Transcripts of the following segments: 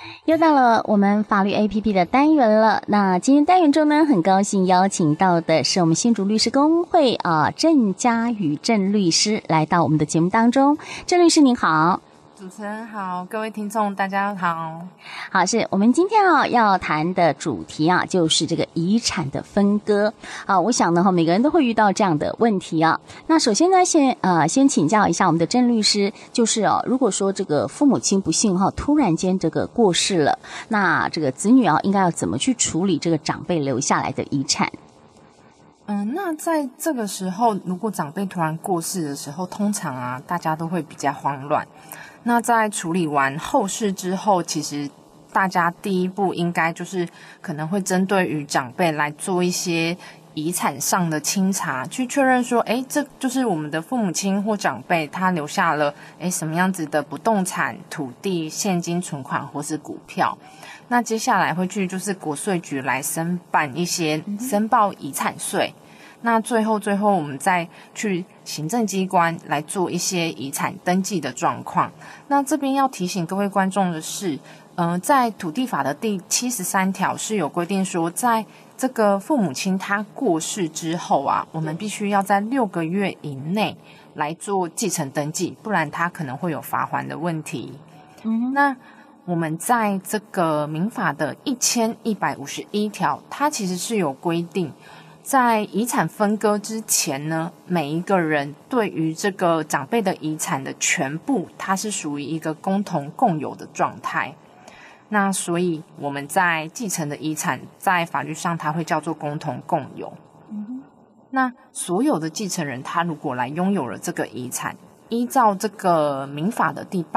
又到了我们法律 APP 的单元了。那今天单元中呢，很高兴邀请到的是我们新竹律师公会郑家宇郑律师来到我们的节目当中。郑律师您好。 主持人好，各位听众大家好。 好，是我们今天要谈的主题就是这个遗产的分割我想呢每个人都会遇到这样的问题那首先呢先请教一下我们的郑律师，就是如果说这个父母亲不幸突然间这个过世了，那这个子女应该要怎么去处理这个长辈留下来的遗产？ 那在这个时候，如果长辈突然过世的时候，通常大家都会比较慌乱。那在处理完后事之后，其实大家第一步应该就是可能会针对于长辈来做一些遗产上的清查，去确认说这就是我们的父母亲或长辈他留下了什么样子的不动产、土地、现金存款或是股票。那接下来会去就是国税局来申办一些申报遗产税。那最后我们再去行政机关来做一些遗产登记的状况。那这边要提醒各位观众的是在土地法的第73条是有规定说，在这个父母亲他过世之后我们必须要在6个月以内来做继承登记，不然他可能会有罚锾的问题。那我们在这个民法的1151条，它其实是有规定，在遗产分割之前呢，每一个人对于这个长辈的遗产的全部，它是属于一个共同共有的状态。那所以我们在继承的遗产，在法律上它会叫做共同共有。那所有的继承人，他如果来拥有了这个遗产，依照这个民法的第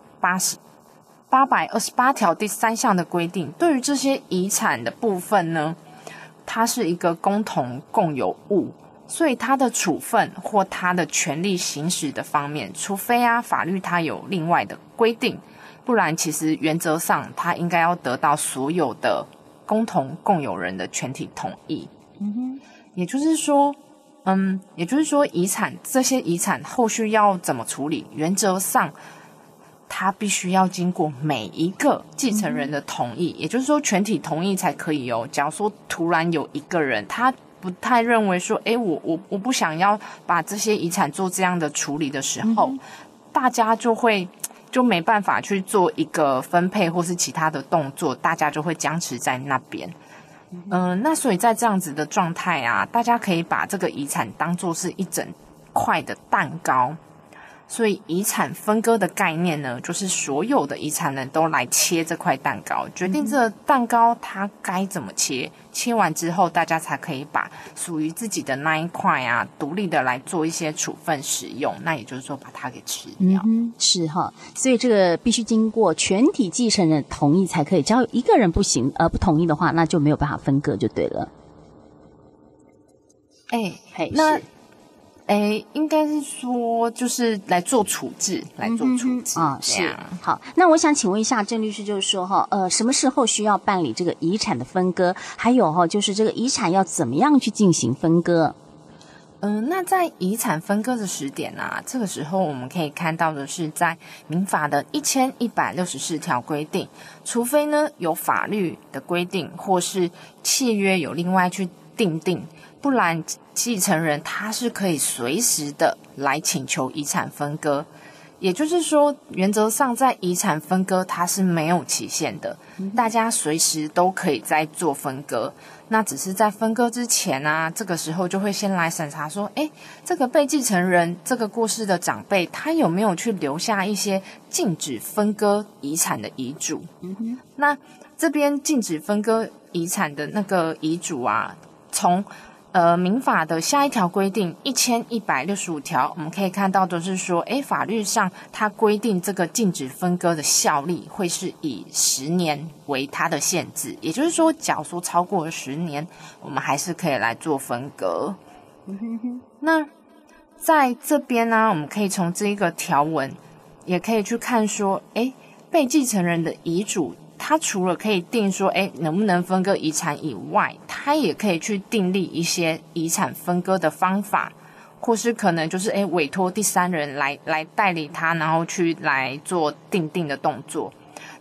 828条第3项的规定，对于这些遗产的部分呢，它是一个共同共有物，所以它的处分或它的权利行使的方面，除非法律它有另外的规定，不然其实原则上它应该要得到所有的共同共有人的全体同意。也就是说这些遗产后续要怎么处理，原则上他必须要经过每一个继承人的同意，也就是说全体同意才可以假如说突然有一个人他不太认为说我不想要把这些遗产做这样的处理的时候，大家就没办法去做一个分配或是其他的动作，大家就会僵持在那边。那所以在这样子的状态大家可以把这个遗产当作是一整块的蛋糕。所以遗产分割的概念呢，就是所有的遗产人都来切这块蛋糕，决定这个蛋糕它该怎么切，切完之后大家才可以把属于自己的那一块独立的来做一些处分使用，那也就是说把它给吃掉。 是所以这个必须经过全体继承人同意才可以，只要有一个人不行不同意的话，那就没有办法分割就对了。 那应该是说就是来做处置是好。那我想请问一下郑律师，就是说什么时候需要办理这个遗产的分割，还有就是这个遗产要怎么样去进行分割？ 那在遗产分割的时点这个时候我们可以看到的是，在民法的1164条规定，除非呢有法律的规定或是契约有另外去订定，不然继承人他是可以随时的来请求遗产分割。也就是说，原则上在遗产分割它是没有期限的，大家随时都可以再做分割。那只是在分割之前这个时候就会先来审查说，这个被继承人这个过世的长辈，他有没有去留下一些禁止分割遗产的遗嘱。那这边禁止分割遗产的那个遗嘱从民法的下一条规定1165条，我们可以看到的是说，法律上它规定这个禁止分割的效力会是以10年为它的限制，也就是说，假如说超过了10年，我们还是可以来做分割。那在这边我们可以从这一个条文，也可以去看说，被继承人的遗嘱，他除了可以定说能不能分割遗产以外，他也可以去订立一些遗产分割的方法，或是可能就是委托第三人来代理他，然后去来做订定的动作。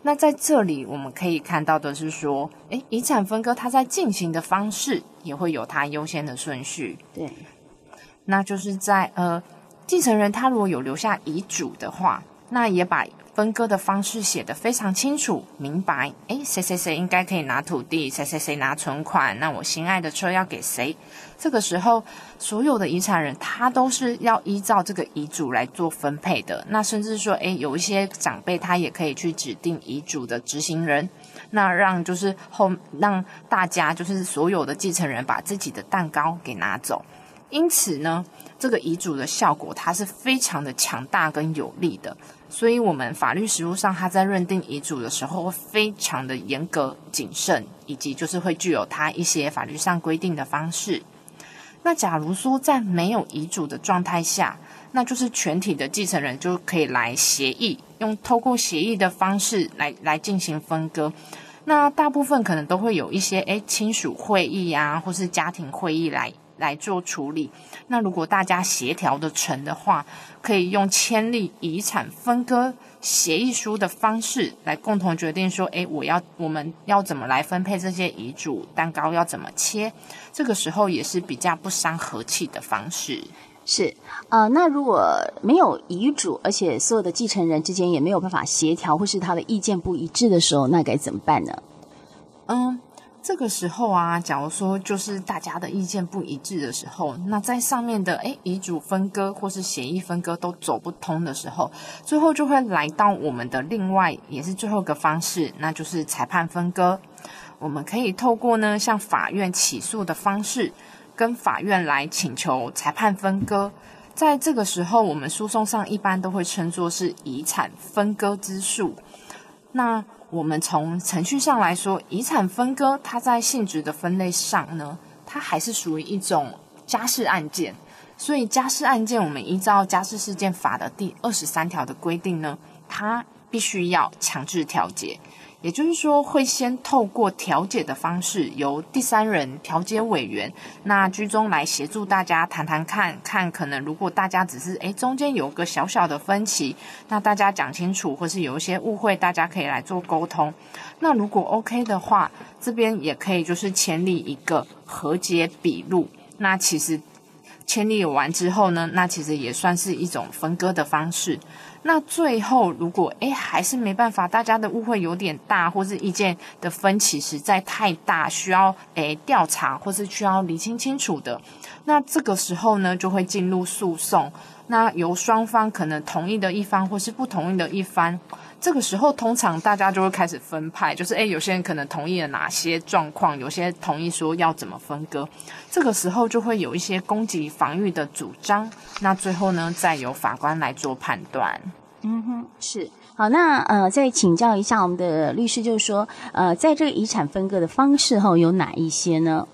那在这里我们可以看到的是说，遗产分割它在进行的方式也会有它优先的顺序。 对， 那就是在继承人他如果有留下遗嘱的话，那也把分割的方式写得非常清楚明白，谁谁谁应该可以拿土地，谁谁谁拿存款，那我心爱的车要给谁。这个时候所有的遗产人他都是要依照这个遗嘱来做分配的。那甚至说有一些长辈他也可以去指定遗嘱的执行人，那让大家就是所有的继承人把自己的蛋糕给拿走。因此呢，这个遗嘱的效果它是非常的强大跟有力的，所以我们法律实务上它在认定遗嘱的时候会非常的严格谨慎，以及就是会具有它一些法律上规定的方式。那假如说在没有遗嘱的状态下，那就是全体的继承人就可以来协议，透过协议的方式来进行分割。那大部分可能都会有一些亲属会议啊，或是家庭会议来做处理。那如果大家协调的成的话，可以用签立遗产分割协议书的方式来共同决定说，我们要怎么来分配这些遗嘱，蛋糕要怎么切。这个时候也是比较不伤和气的方式。 是那如果没有遗嘱，而且所有的继承人之间也没有办法协调，或是他的意见不一致的时候，那该怎么办呢？ 这个时候啊，假如说就是大家的意见不一致的时候，那在上面的遗嘱分割或是协议分割都走不通的时候，最后就会来到我们的另外也是最后一个方式，那就是裁判分割。我们可以透过呢向法院起诉的方式，跟法院来请求裁判分割。在这个时候，我们诉讼上一般都会称作是遗产分割之诉。那我们从程序上来说，遗产分割它在性质的分类上呢，它还是属于一种家事案件。所以家事案件我们依照家事事件法的第23条的规定呢，它必须要强制调解。也就是说，会先透过调解的方式，由第三人调解委员那居中来协助大家谈谈看可能如果大家只是中间有个小小的分歧，那大家讲清楚，或是有一些误会，大家可以来做沟通。那如果 OK 的话，这边也可以就是签立一个和解笔录。那其实签立完之后呢，那其实也算是一种分割的方式。那最后如果还是没办法，大家的误会有点大，或是意见的分歧实在太大，需要调查或是需要厘清清楚的，那这个时候呢就会进入诉讼。那由双方可能同意的一方或是不同意的一方，这个时候通常大家就会开始分派，就是有些人可能同意了哪些状况，有些同意说要怎么分割，这个时候就会有一些攻击防御的主张，那最后呢再由法官来做判断。 是。好，那再请教一下我们的律师，就是说在这个遗产分割的方式后有哪一些呢？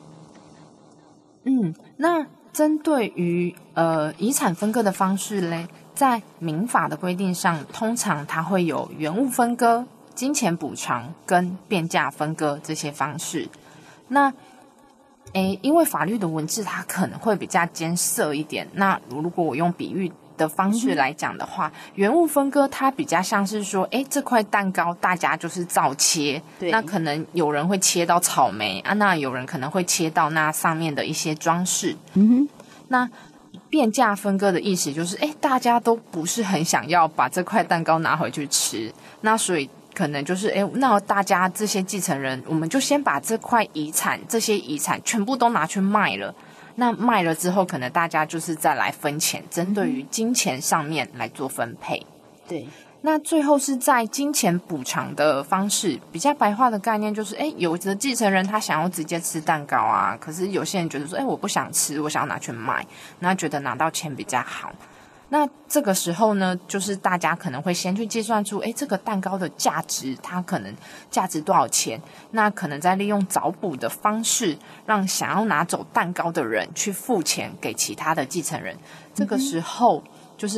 那针对于遗产分割的方式嘞，在民法的规定上，通常它会有原物分割、金钱补偿跟变价分割这些方式。那因为法律的文字它可能会比较艰涩一点，那如果我用比喻的方式来讲的话，原物分割它比较像是说这块蛋糕大家就是照切，那可能有人会切到草莓啊，那有人可能会切到那上面的一些装饰。那变价分割的意思就是大家都不是很想要把这块蛋糕拿回去吃，那所以可能就是那大家这些继承人，我们就先把这些遗产全部都拿去卖了。那卖了之后，可能大家就是再来分钱，针对于金钱上面来做分配。 对。 那最后是在金钱补偿的方式，比较白话的概念就是有的继承人他想要直接吃蛋糕啊，可是有些人觉得说我不想吃，我想要拿去卖，那觉得拿到钱比较好。那这个时候呢，就是大家可能会先去计算出这个蛋糕的价值，它可能价值多少钱，那可能再利用找补的方式，让想要拿走蛋糕的人去付钱给其他的继承人。这个时候就是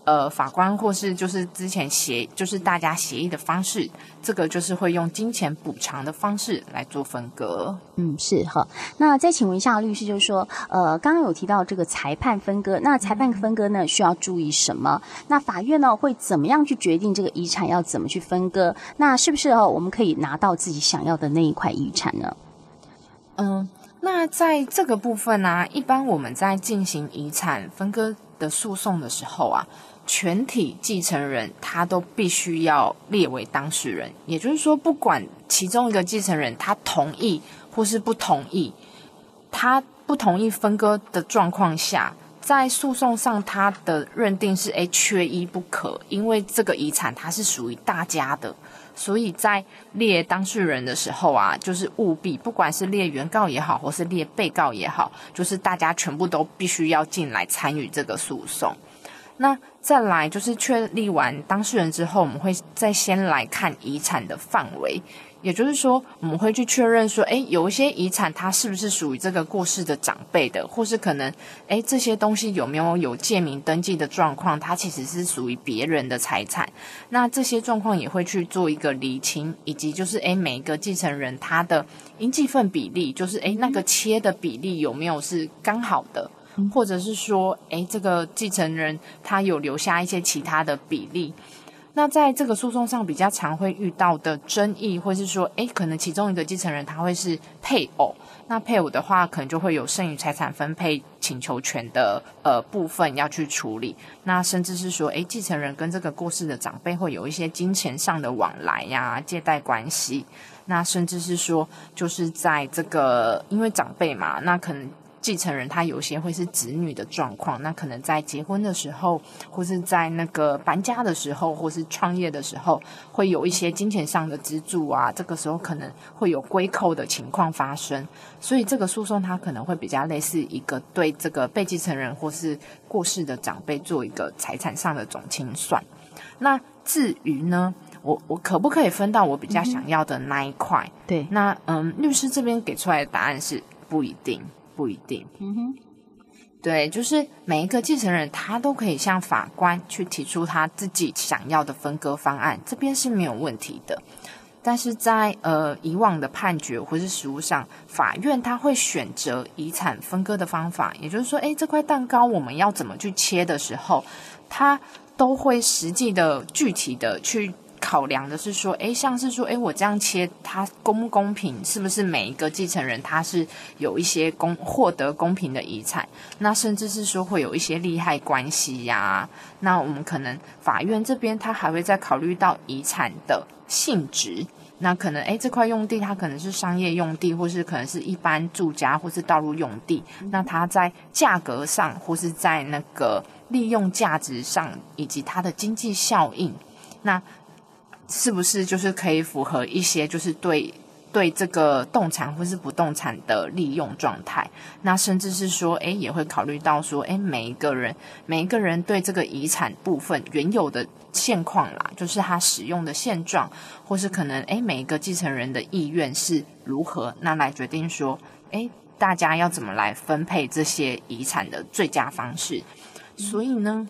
法官或是就是之前就是大家协议的方式，这个就是会用金钱补偿的方式来做分割。 是哈。那再请问一下律师，就是说刚刚有提到这个裁判分割，那裁判分割呢需要注意什么？那法院呢会怎么样去决定这个遗产要怎么去分割？那是不是我们可以拿到自己想要的那一块遗产呢？ 那在这个部分啊，一般我们在进行遗产分割的诉讼的时候啊，全体继承人他都必须要列为当事人，也就是说，不管其中一个继承人他同意或是不同意，他不同意分割的状况下，在诉讼上他的认定是缺一不可，因为这个遗产它是属于大家的。所以在列当事人的时候啊，就是务必不管是列原告也好，或是列被告也好，就是大家全部都必须要进来参与这个诉讼。那再来就是确立完当事人之后，我们会再先来看遗产的范围，也就是说我们会去确认说有一些遗产它是不是属于这个过世的长辈的，或是可能这些东西有没有借名登记的状况，它其实是属于别人的财产。那这些状况也会去做一个厘清，以及就是每一个继承人他的应继分比例，就是那个切的比例有没有是刚好的，或者是说这个继承人他有留下一些其他的比例。那在这个诉讼上比较常会遇到的争议，或是说可能其中一个继承人他会是配偶，那配偶的话可能就会有剩余财产分配请求权的部分要去处理。那甚至是说继承人跟这个过世的长辈会有一些金钱上的往来呀、借贷关系。那甚至是说就是在这个因为长辈嘛，那可能继承人他有些会是子女的状况，那可能在结婚的时候，或是在那个搬家的时候，或是创业的时候，会有一些金钱上的资助啊，这个时候可能会有归扣的情况发生。所以这个诉讼它可能会比较类似一个对这个被继承人或是过世的长辈做一个财产上的总清算。那至于呢，我可不可以分到我比较想要的那一块？ 对， 那律师这边给出来的答案是不一定。对，就是每一个继承人他都可以向法官去提出他自己想要的分割方案，这边是没有问题的。但是在以往的判决或是实务上，法院他会选择遗产分割的方法，也就是说这块蛋糕我们要怎么去切的时候，他都会实际的具体的去考量的是说像是说我这样切它公不公平，是不是每一个继承人他是有一些获得公平的遗产，那甚至是说会有一些利害关系呀。那我们可能法院这边他还会再考虑到遗产的性质，那可能这块用地它可能是商业用地，或是可能是一般住家或是道路用地，那它在价格上或是在那个利用价值上以及它的经济效应，那是不是就是可以符合一些就是对这个动产或是不动产的利用状态。那甚至是说也会考虑到说每一个人对这个遗产部分原有的现况啦，就是他使用的现状，或是可能每一个继承人的意愿是如何，那来决定说大家要怎么来分配这些遗产的最佳方式。所以呢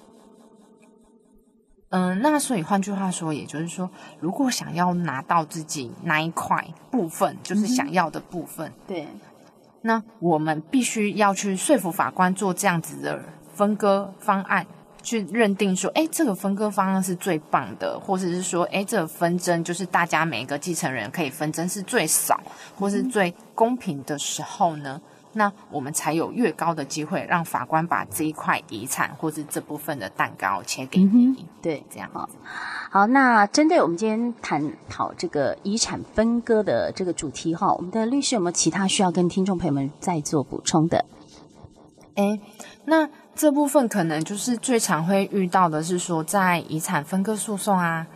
那所以换句话说，也就是说，如果想要拿到自己那一块部分，就是想要的部分， 对， 那我们必须要去说服法官做这样子的分割方案，去认定说这个分割方案是最棒的，或者是说这个纷争就是大家每一个继承人可以纷争是最少或是最公平的时候呢，那我们才有越高的机会让法官把这一块遗产或是这部分的蛋糕切给你。 对， 这样好，那针对我们今天探讨这个遗产分割的这个主题我们的律师有没有其他需要跟听众朋友们再做补充的？ 那这部分可能就是最常会遇到的是说，在遗产分割诉讼啊，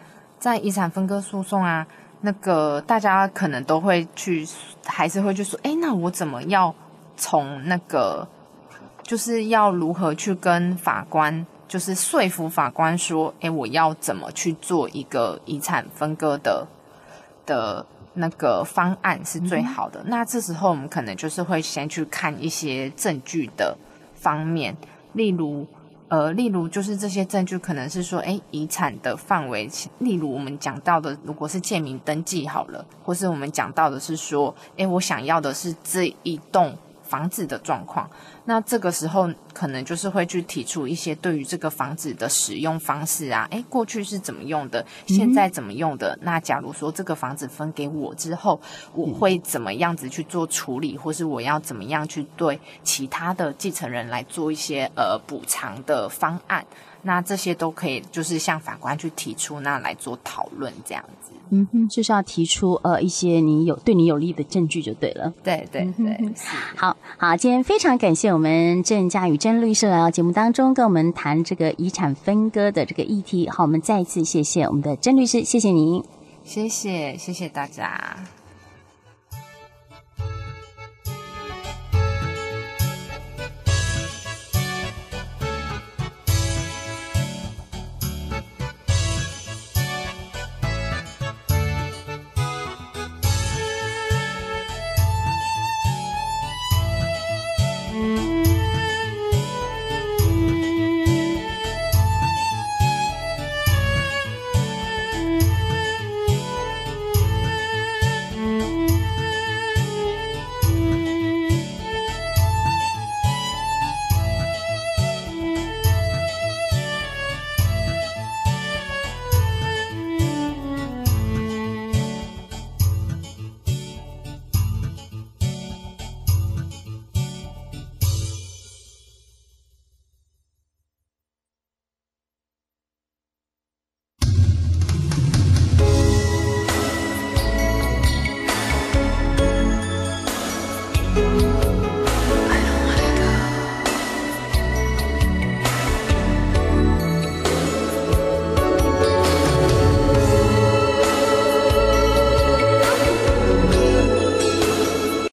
那个大家可能都会还是会去说那我怎么要从那个就是要如何去跟法官就是说服法官说我要怎么去做一个遗产分割的那个方案是最好的。那这时候我们可能就是会先去看一些证据的方面，例如例如就是这些证据可能是说，遗产的范围，例如我们讲到的，如果是借名登记好了，或是我们讲到的是说，我想要的是这一栋房子的状况，那这个时候可能就是会去提出一些对于这个房子的使用方式啊，过去是怎么用的，现在怎么用的，那假如说这个房子分给我之后，我会怎么样子去做处理，或是我要怎么样去对其他的继承人来做一些补偿的方案，那这些都可以就是向法官去提出，那来做讨论这样子。 就是要提出一些对你有利的证据就对了。 对对对， 好，今天非常感谢我们郑家宇郑律师来到节目当中跟我们谈这个遗产分割的这个议题。好，我们再一次谢谢我们的郑律师，谢谢您。 谢谢大家。